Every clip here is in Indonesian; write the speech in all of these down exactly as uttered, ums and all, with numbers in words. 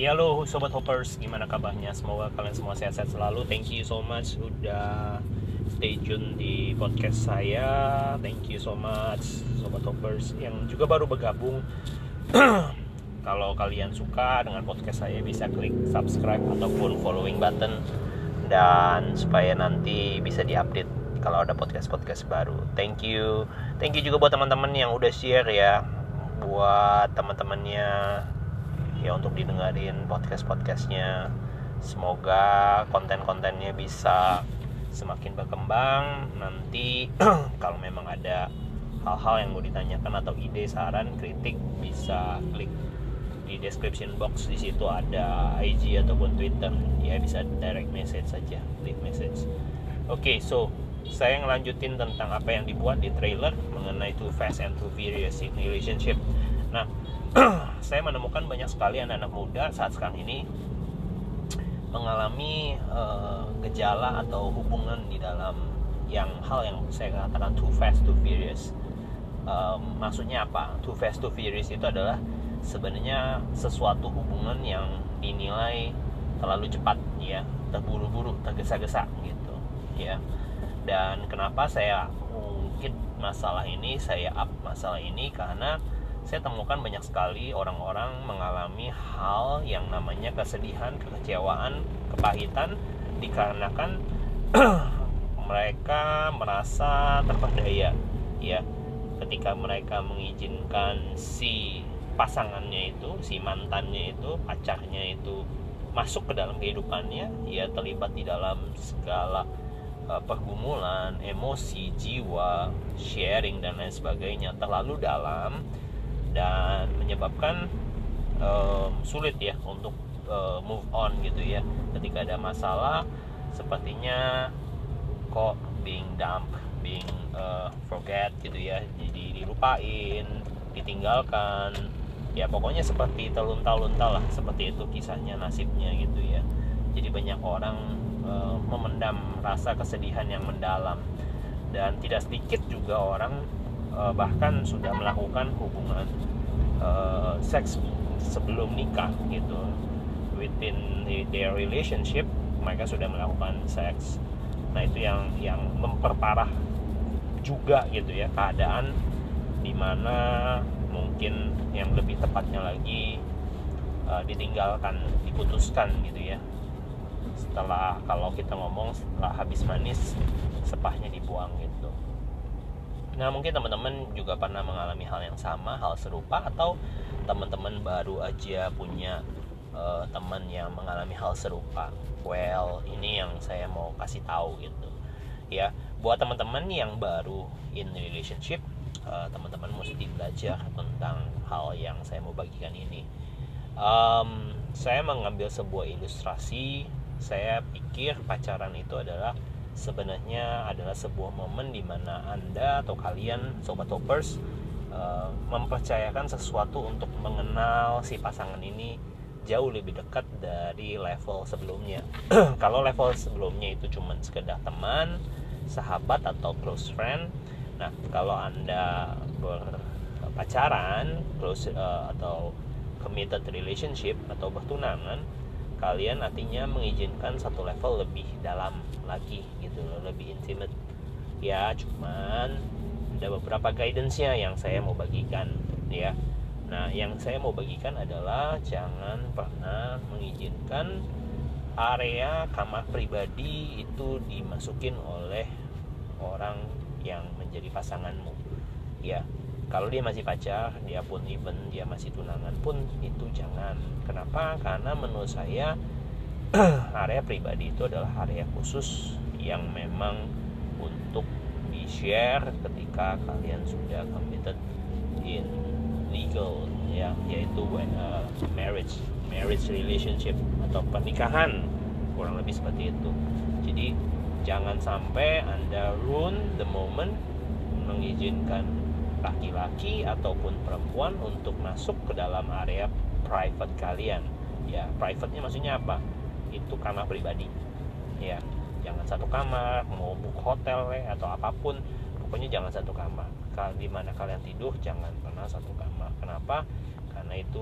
Ya lo Sobat Hoppers, gimana kabarnya? Semoga kalian semua sehat-sehat selalu. Thank you so much udah stay tune di podcast saya. Thank you so much Sobat Hoppers yang juga baru bergabung. Kalau kalian suka dengan podcast saya, bisa klik subscribe ataupun following button, dan supaya nanti bisa diupdate kalau ada podcast-podcast baru. Thank you. Thank you juga buat teman-teman yang udah share ya, buat teman-temannya ya untuk didengarin podcast-podcastnya. Semoga konten-kontennya bisa semakin berkembang. Nanti kalau memang ada hal-hal yang mau ditanyakan atau ide, saran, kritik, bisa klik di description box. Di situ ada I G ataupun Twitter. Ya bisa direct message saja, leave message. Oke, okay, so saya ngelanjutin tentang apa yang dibuat di trailer mengenai Too Fast and Too Furious in Relationship. Nah, saya menemukan banyak sekali anak-anak muda saat sekarang ini mengalami uh, gejala atau hubungan di dalam yang hal yang saya katakan too fast, too furious. Um, maksudnya apa? Too fast, too furious itu adalah sebenarnya sesuatu hubungan yang dinilai terlalu cepat, ya, terburu-buru, tergesa-gesa gitu, ya. Dan kenapa saya ungkit masalah ini, saya up masalah ini karena saya temukan banyak sekali orang-orang mengalami hal yang namanya kesedihan, kekecewaan, kepahitan dikarenakan mereka merasa terperdaya, ya, ketika mereka mengizinkan si pasangannya itu, si mantannya itu, pacarnya itu masuk ke dalam kehidupannya, ya, terlibat di dalam segala uh, pergumulan, emosi, jiwa, sharing dan lain sebagainya terlalu dalam, dan menyebabkan um, sulit ya untuk uh, move on gitu ya. Ketika ada masalah, sepertinya kok being dump, being uh, forget gitu ya, jadi dilupain, ditinggalkan, ya pokoknya seperti terlunta-lunta lah, seperti itu kisahnya, nasibnya gitu ya. Jadi banyak orang uh, memendam rasa kesedihan yang mendalam, dan tidak sedikit juga orang uh, bahkan sudah melakukan hubungan uh, seks sebelum nikah gitu. Within the, their relationship mereka sudah melakukan seks. Nah itu yang yang memperparah juga gitu ya keadaan, dimana mungkin yang lebih tepatnya lagi uh, ditinggalkan, diputuskan gitu ya. Setelah, kalau kita ngomong, setelah habis manis sepahnya dibuang gitu. Nah mungkin teman-teman juga pernah mengalami hal yang sama, hal serupa, atau teman-teman baru aja punya uh, teman yang mengalami hal serupa. Well, ini yang saya mau kasih tahu gitu ya, buat teman-teman yang baru in relationship, uh, teman-teman mesti belajar tentang hal yang saya mau bagikan ini. um, Saya mengambil sebuah ilustrasi. Saya pikir pacaran itu adalah sebenarnya adalah sebuah momen di mana Anda atau kalian Sobat Hoppers uh, mempercayakan sesuatu untuk mengenal si pasangan ini jauh lebih dekat dari level sebelumnya. Kalau level sebelumnya itu cuma sekedar teman, sahabat atau close friend. Nah, kalau Anda berpacaran, close uh, atau committed relationship atau bertunangan, kalian artinya mengizinkan satu level lebih dalam lagi gitu loh, lebih intimate. Ya, cuman ada beberapa guidance-nya yang saya mau bagikan ya. Nah, yang saya mau bagikan adalah jangan pernah mengizinkan area kamar pribadi itu dimasukin oleh orang yang menjadi pasanganmu. Ya, kalau dia masih pacar, dia pun even dia masih tunangan pun itu jangan. Kenapa? Karena menurut saya area pribadi itu adalah area khusus yang memang untuk di-share ketika kalian sudah committed in legal ya, yaitu uh, marriage marriage relationship atau pernikahan, kurang lebih seperti itu. Jadi jangan sampai Anda ruin the moment mengizinkan laki-laki ataupun perempuan untuk masuk ke dalam area private kalian. Ya, private-nya maksudnya apa? Itu kamar pribadi. Ya, jangan satu kamar, mau book hotel eh, atau apapun, pokoknya jangan satu kamar. Di mana kalian tidur jangan pernah satu kamar. Kenapa? Karena itu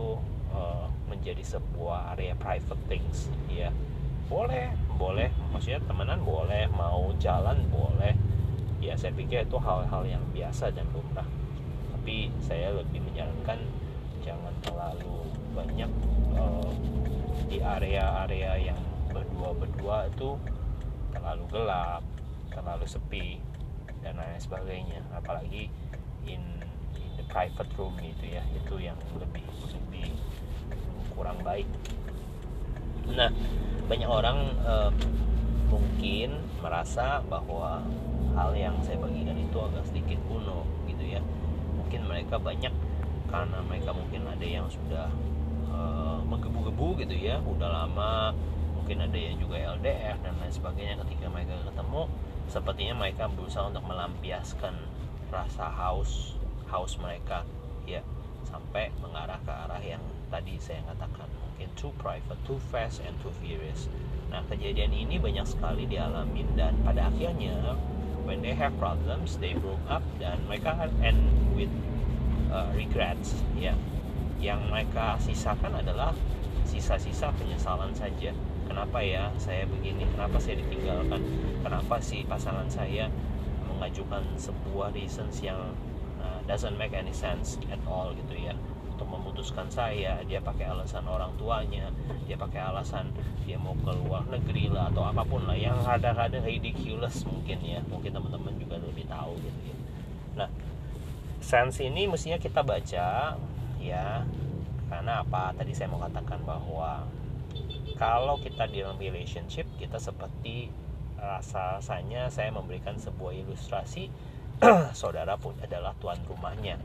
uh, menjadi sebuah area private things, ya boleh, boleh, maksudnya temenan boleh, mau jalan boleh, ya saya pikir itu hal-hal yang biasa dan lumrah. Tapi saya lebih menyarankan jangan terlalu banyak uh, di area-area yang berdua-berdua itu terlalu gelap, terlalu sepi dan lain sebagainya, apalagi in in the private room gitu ya, itu yang lebih lebih kurang baik. Nah, banyak orang uh, mungkin merasa bahwa hal yang saya bagikan itu agak sedikit kuno gitu ya. Mungkin mereka banyak karena mereka mungkin ada yang sudah uh, menggebu-gebu gitu ya, udah lama, mungkin ada yang juga L D R dan lain sebagainya. Ketika mereka ketemu, sepertinya mereka berusaha untuk melampiaskan rasa haus haus mereka ya, sampai mengarah ke arah yang tadi saya katakan, mungkin too private, too fast, and too furious. Nah, kejadian ini banyak sekali dialamin, dan pada akhirnya when they have problems, they broke up, dan mereka end with uh, regrets ya. Yang mereka sisakan adalah sisa-sisa penyesalan saja. Kenapa ya saya begini, kenapa saya ditinggalkan, kenapa sih pasangan saya mengajukan sebuah reasons yang uh, doesn't make any sense at all gitu ya, untuk memutuskan saya. Dia pakai alasan orang tuanya, dia pakai alasan dia mau ke luar negeri lah, atau apapun lah yang kadang-kadang ridiculous mungkin ya, mungkin teman-teman juga lebih tahu gitu ya. Nah, sense ini mestinya kita baca ya, karena apa, tadi saya mau katakan bahwa kalau kita di dalam relationship, kita seperti rasa-rasanya saya memberikan sebuah ilustrasi saudara pun adalah tuan rumahnya.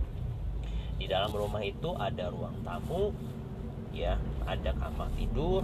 Di dalam rumah itu ada ruang tamu ya, ada kamar tidur,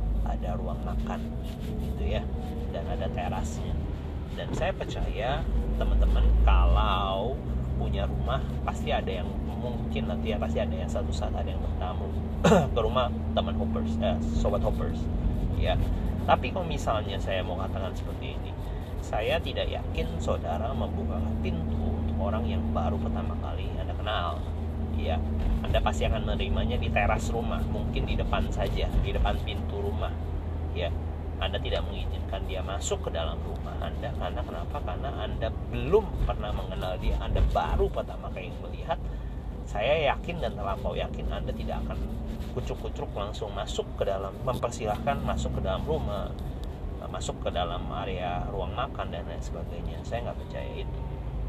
ada ruang makan gitu ya, dan ada terasnya. Dan saya percaya teman-teman kalau punya rumah pasti ada yang mungkin nanti ya, pasti ada yang satu saat ada yang bertamu ke rumah teman hoppers, eh, sobat hoppers ya. Tapi kalau misalnya saya mau katakan seperti ini, saya tidak yakin saudara membuka pintu untuk orang yang baru pertama kali Anda kenal ya. Anda pasti akan menerimanya di teras rumah, mungkin di depan saja, di depan pintu rumah ya. Anda tidak mengizinkan dia masuk ke dalam rumah Anda. Karena kenapa? Karena Anda belum pernah mengenal dia, Anda baru pertama kali melihat. Saya yakin dan terlampau yakin Anda tidak akan kucuk-kucuk langsung masuk ke dalam, mempersilahkan masuk ke dalam rumah, masuk ke dalam area ruang makan dan lain sebagainya. Saya nggak percaya itu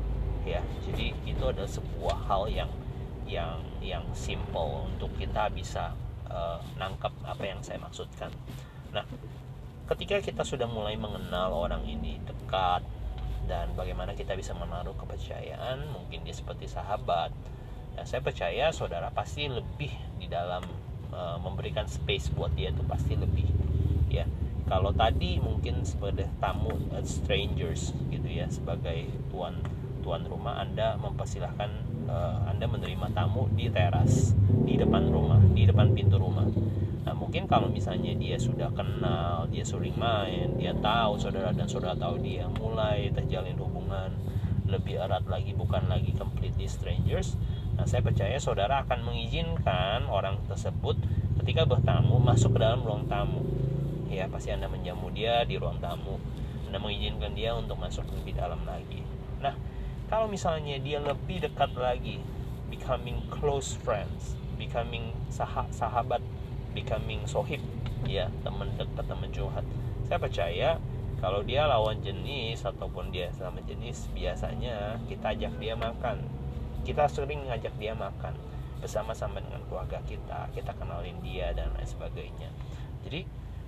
ya. Jadi itu adalah sebuah hal yang yang yang simple untuk kita bisa uh, nangkep apa yang saya maksudkan. Nah, ketika kita sudah mulai mengenal orang ini dekat, dan bagaimana kita bisa menaruh kepercayaan, mungkin dia seperti sahabat, ya saya percaya saudara pasti lebih di dalam uh, memberikan space buat dia, itu pasti lebih ya. Kalau tadi mungkin sebagai tamu, uh, strangers gitu ya, sebagai tuan tuan rumah, Anda mempersilahkan uh, Anda menerima tamu di teras, di depan rumah, di depan pintu rumah. Nah, mungkin kalau misalnya dia sudah kenal, dia sering main, dia tahu saudara dan saudara tahu dia, mulai terjalin hubungan lebih erat lagi, bukan lagi completely strangers. Nah, saya percaya saudara akan mengizinkan orang tersebut ketika bertamu masuk ke dalam ruang tamu. Ya, pasti Anda menjamu dia di ruang tamu. Anda mengizinkan dia untuk masuk lebih dalam lagi. Nah, kalau misalnya dia lebih dekat lagi, becoming close friends, becoming sah- sahabat, becoming sohib, ya, teman dekat, teman curhat. Saya percaya kalau dia lawan jenis ataupun dia sama jenis, biasanya kita ajak dia makan. Kita sering ngajak dia makan bersama-sama dengan keluarga kita, kita kenalin dia dan lain sebagainya. Jadi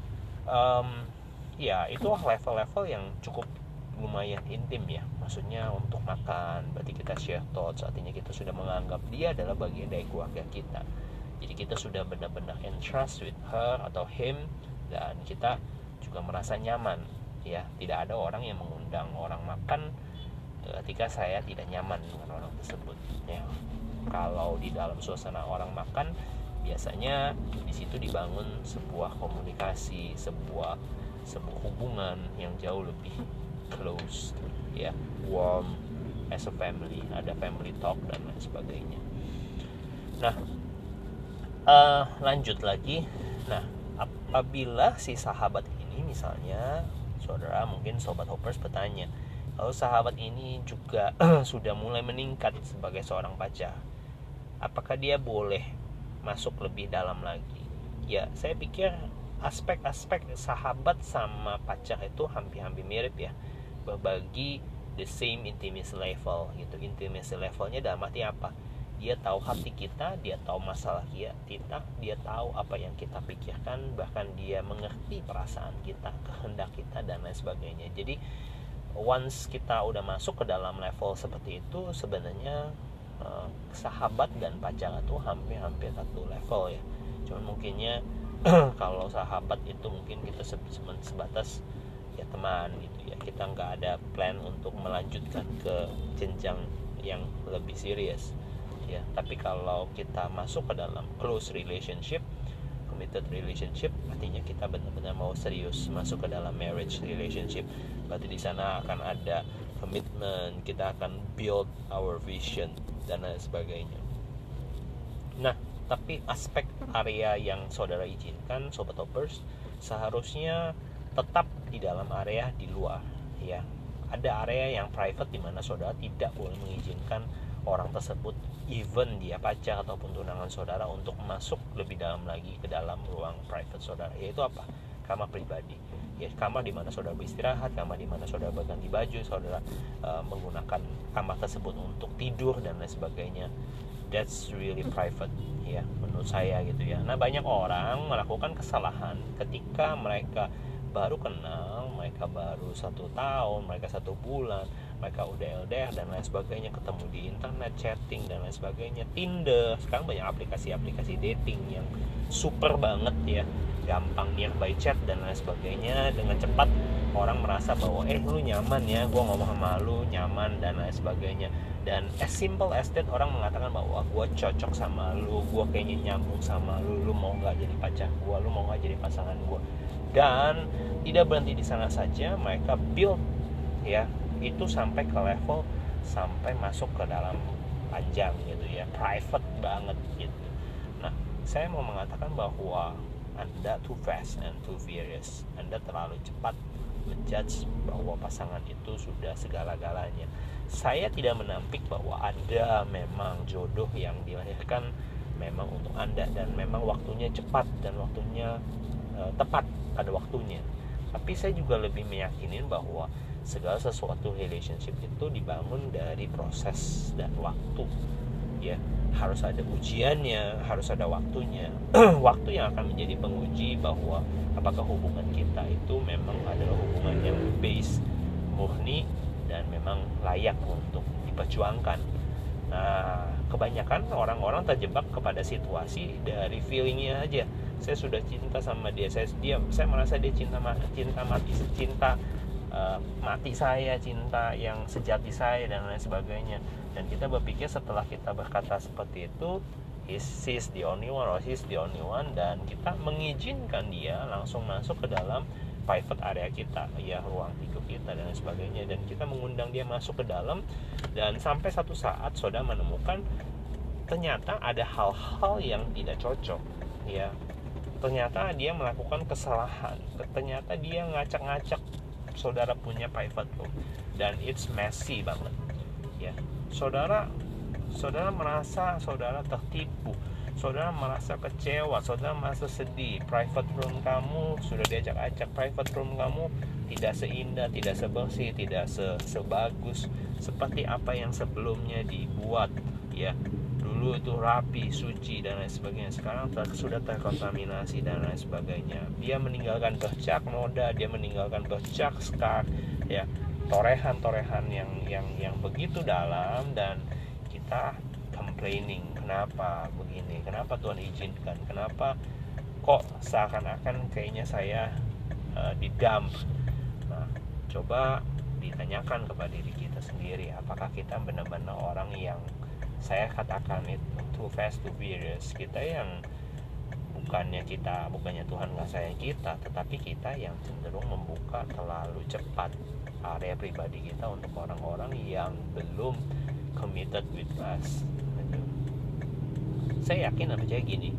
um, ya itu level-level yang cukup lumayan intim ya. Maksudnya untuk makan, berarti kita share thoughts, artinya kita sudah menganggap dia adalah bagian dari keluarga kita. Jadi kita sudah benar-benar entrust with her atau him, dan kita juga merasa nyaman ya. Tidak ada orang yang mengundang orang makan ketika saya tidak nyaman dengan orang tersebut ya. Kalau di dalam suasana orang makan, biasanya di situ dibangun sebuah komunikasi, sebuah sebuah hubungan yang jauh lebih close ya, warm as a family, ada family talk dan lain sebagainya. Nah, uh, lanjut lagi. Nah, apabila si sahabat ini misalnya, saudara mungkin sobat hoppers bertanya, kalau sahabat ini juga sudah mulai meningkat sebagai seorang pacar, apakah dia boleh masuk lebih dalam lagi? Ya, saya pikir aspek-aspek sahabat sama pacar itu hampir-hampir mirip ya, berbagi the same intimacy level gitu. Intimacy levelnya dalam arti apa? Dia tahu hati kita, dia tahu masalah kita, dia tahu apa yang kita pikirkan, bahkan dia mengerti perasaan kita, kehendak kita, dan lain sebagainya. Jadi once kita udah masuk ke dalam level seperti itu, sebenarnya eh, sahabat dan pacar itu hampir-hampir satu level ya. Cuman mungkinnya kalau sahabat itu mungkin kita sebatas ya teman gitu ya, kita nggak ada plan untuk melanjutkan ke jenjang yang lebih serius ya. Tapi kalau kita masuk ke dalam close relationship, committed relationship, artinya kita benar-benar mau serius masuk ke dalam marriage relationship. Berarti di sana akan ada commitment, kita akan build our vision dan lain sebagainya. Nah, tapi aspek area yang saudara izinkan, sobat hoppers, seharusnya tetap di dalam area di luar ya. Ada area yang private di mana saudara tidak boleh mengizinkan orang tersebut, even dia pacar ataupun tunangan saudara, untuk masuk lebih dalam lagi ke dalam ruang private saudara. Yaitu apa? Kamar pribadi. Ya, kamar di mana saudara beristirahat, kamar di mana saudara berganti baju, saudara uh, menggunakan kamar tersebut untuk tidur dan lain sebagainya. That's really private ya, menurut saya gitu ya. Nah, banyak orang melakukan kesalahan ketika mereka baru kenal, mereka baru satu tahun, mereka satu bulan, mereka udah L D R dan lain sebagainya, ketemu di internet, chatting dan lain sebagainya, Tinder, sekarang banyak aplikasi-aplikasi dating yang super banget ya, gampang nearby chat dan lain sebagainya. Dengan cepat orang merasa bahwa eh lu nyaman ya, gue ngomong sama lu nyaman dan lain sebagainya. Dan as simple as that, orang mengatakan bahwa gue cocok sama lu, gue kayaknya nyambung sama lu, lu mau gak jadi pacar gue, lu mau gak jadi pasangan gue. Dan tidak berhenti di sana saja, mereka build ya itu sampai ke level sampai masuk ke dalam panjang gitu ya, private banget gitu. Nah, saya mau mengatakan bahwa Anda too fast and too furious. Anda terlalu cepat menjudge bahwa pasangan itu sudah segala-galanya. Saya tidak menampik bahwa Anda memang jodoh yang dilahirkan memang untuk Anda, dan memang waktunya cepat dan waktunya uh, tepat pada waktunya. Tapi saya juga lebih meyakinin bahwa segala sesuatu relationship itu dibangun dari proses dan waktu ya. Harus ada ujiannya, harus ada waktunya. Waktu yang akan menjadi penguji bahwa apakah hubungan kita itu memang adalah hubungan yang base, murni, dan memang layak untuk diperjuangkan. Nah, kebanyakan orang-orang terjebak kepada situasi dari feelingnya aja. Saya sudah cinta sama dia, saya dia saya merasa dia cinta cinta mati cinta uh, mati saya, cinta yang sejati saya dan lain sebagainya. Dan kita berpikir setelah kita berkata seperti itu, he's, he's the only one or he's the only one, dan kita mengizinkan dia langsung masuk ke dalam private area kita ya, ruang tidur kita dan lain sebagainya, dan kita mengundang dia masuk ke dalam. Dan sampai satu saat saudara menemukan ternyata ada hal-hal yang tidak cocok ya. Ternyata dia melakukan kesalahan, ternyata dia ngacak-ngacak saudara punya private room, dan it's messy banget ya. Saudara saudara merasa saudara tertipu, saudara merasa kecewa, saudara merasa sedih. Private room kamu sudah diacak-acak, private room kamu tidak seindah, tidak sebersih, tidak sebagus seperti apa yang sebelumnya dibuat ya. Dulu itu rapi, suci dan lain sebagainya, sekarang ter, sudah terkontaminasi dan lain sebagainya. Dia meninggalkan bercak noda, dia meninggalkan bercak scar ya, torehan-torehan yang yang yang begitu dalam, dan kita complaining, kenapa begini, kenapa Tuhan izinkan, kenapa kok seakan-akan kayaknya saya uh, didump. Nah, coba ditanyakan kepada diri kita sendiri, apakah kita benar-benar orang yang saya katakan itu too fast too furious? Kita yang bukannya kita bukannya Tuhan nggak sayang kita, tetapi kita yang cenderung membuka terlalu cepat area pribadi kita untuk orang-orang yang belum committed with us. Saya yakin dan percaya gini,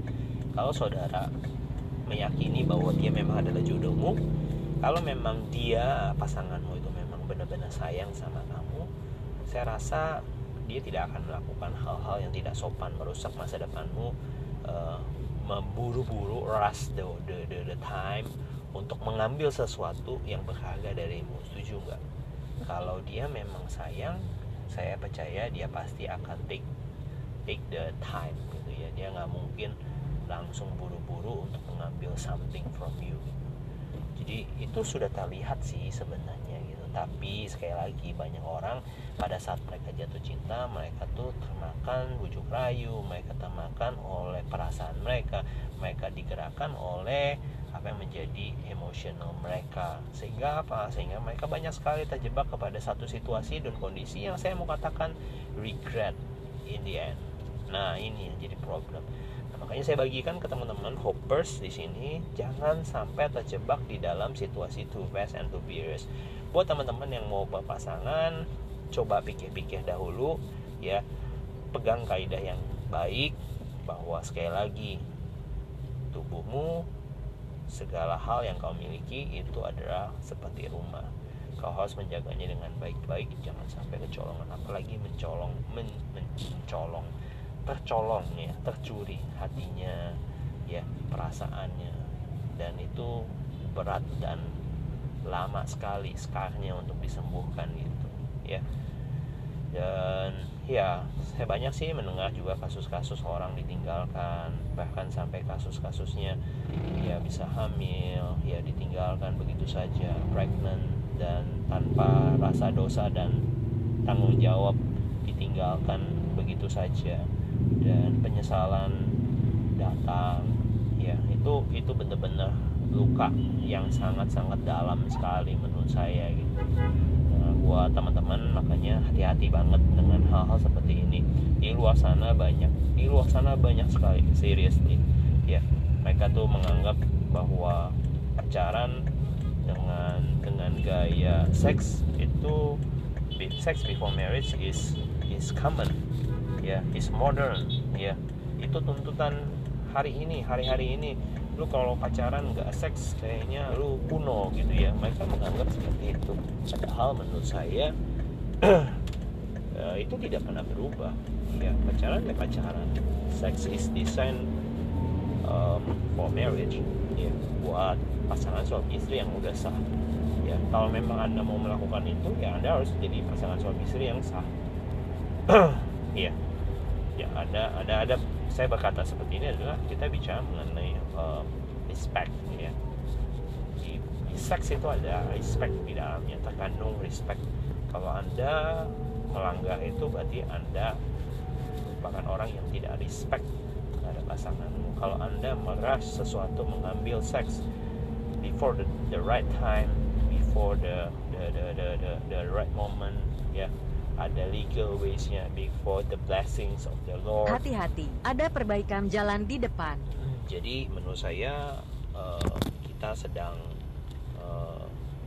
Kalau saudara meyakini bahwa dia memang adalah jodohmu, kalau memang dia, pasanganmu itu memang benar-benar sayang sama kamu, saya rasa dia tidak akan melakukan hal-hal yang tidak sopan, merusak masa depanmu, uh, memburu-buru, rush the, the, the, the time untuk mengambil sesuatu yang berharga darimu. Setuju nggak? Kalau dia memang sayang, saya percaya dia pasti akan take take the time gitu ya. Dia nggak mungkin langsung buru-buru untuk mengambil something from you gitu. Jadi itu sudah terlihat sih sebenarnya gitu. Tapi sekali lagi, banyak orang pada saat mereka jatuh cinta, mereka tuh termakan bujuk rayu, mereka termakan oleh perasaan mereka, mereka digerakkan oleh apa yang menjadi emosional mereka, sehingga apa? Sehingga mereka banyak sekali terjebak kepada satu situasi dan kondisi yang saya mau katakan regret in the end. Nah, ini yang jadi problem. Nah, makanya saya bagikan ke teman-teman hoppers di sini, jangan sampai terjebak di dalam situasi too fast and too furious. Buat teman-teman yang mau berpasangan, coba pikir-pikir dahulu ya, pegang kaidah yang baik bahwa sekali lagi, tubuhmu, segala hal yang kau miliki itu adalah seperti rumah. Kau harus menjaganya dengan baik-baik, jangan sampai kecolongan, apalagi mencolong, men, mencolong, tercolong ya, tercuri hatinya, ya, perasaannya, dan itu berat dan lama sekali skarnya untuk disembuhkan gitu, ya. Dan ya, saya banyak sih mendengar juga kasus-kasus orang ditinggalkan, bahkan sampai kasus-kasusnya ya bisa hamil, ya ditinggalkan begitu saja, pregnant, dan tanpa rasa dosa dan tanggung jawab ditinggalkan begitu saja, dan penyesalan datang, ya itu itu benar-benar luka yang sangat-sangat dalam sekali menurut saya gitu. Nah, buat teman-teman, makanya hati-hati banget dengan hal-hal seperti ini. Di luar sana banyak, di luar sana banyak sekali, seriously. Ya, mereka tuh menganggap bahwa pacaran dengan dengan gaya seks itu, sex before marriage is is common, ya, is modern, ya. Itu tuntutan hari ini, hari-hari ini. Lu kalau pacaran nggak seks kayaknya lu kuno gitu ya, mereka menganggap seperti itu. Padahal menurut saya itu tidak pernah berubah ya. Pacaran ya pacaran, sex is designed um, for marriage ya, buat pasangan suami istri yang udah sah ya. Kalau memang Anda mau melakukan itu, ya Anda harus jadi pasangan suami istri yang sah. Iya ya, ada ada ada saya berkata seperti ini adalah kita bicara mengenai uh, respect ya. Di, di seks itu ada respect di dalamnya, terkandung respect. Kalau Anda melanggar itu berarti Anda merupakan orang yang tidak respect terhadap pasanganmu. Kalau Anda meras sesuatu, mengambil seks before the, the right time, before the the, the the the the right moment ya, ada legal ways-nya, before the blessings of the Lord. Hati-hati, ada perbaikan jalan di depan. Jadi menurut saya uh, kita sedang uh,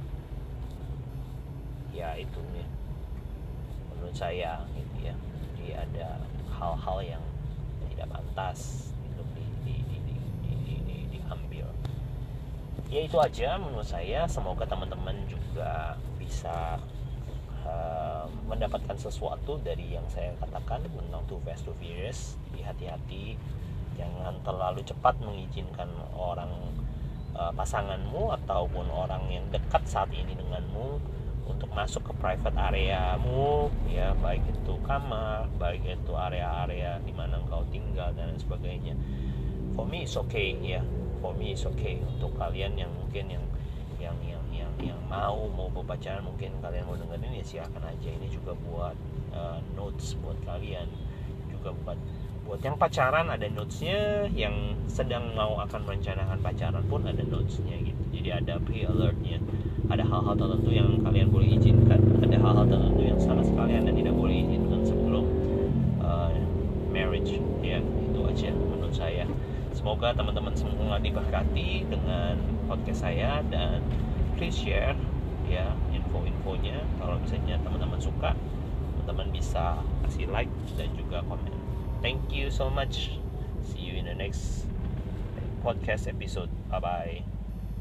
ya itu ya, menurut saya gitu ya. Jadi ada hal-hal yang tidak pantas untuk di, di, di, di, di, di, di, diambil. Ya itu aja menurut saya. Semoga teman-teman juga bisa Uh, mendapatkan sesuatu dari yang saya katakan tentang too fast too furious. Jadi hati-hati, jangan terlalu cepat mengizinkan orang uh, pasanganmu ataupun orang yang dekat saat ini denganmu untuk masuk ke private areamu ya, baik itu kamar, baik itu area-area di mana engkau tinggal dan lain sebagainya. For me it's okay ya, for me it's okay. Untuk kalian yang mungkin yang yang yang yang yang mau mau berpacaran, mungkin kalian mau dengerin ya silakan aja. Ini juga buat uh, notes buat kalian, juga buat buat yang pacaran ada notesnya, yang sedang mau akan merencanakan pacaran pun ada notesnya gitu. Jadi ada pre-alertnya, ada hal-hal tertentu yang kalian boleh izinkan, ada hal-hal tertentu yang sama sekali Anda tidak boleh izinkan sebelum uh, marriage ya. Itu aja menurut saya. Semoga teman-teman semua diberkati dengan podcast saya, dan please share ya info-infonya. Kalau misalnya teman-teman suka, teman-teman bisa kasih like dan juga komen. Thank you so much. See you in the next podcast episode. Bye bye.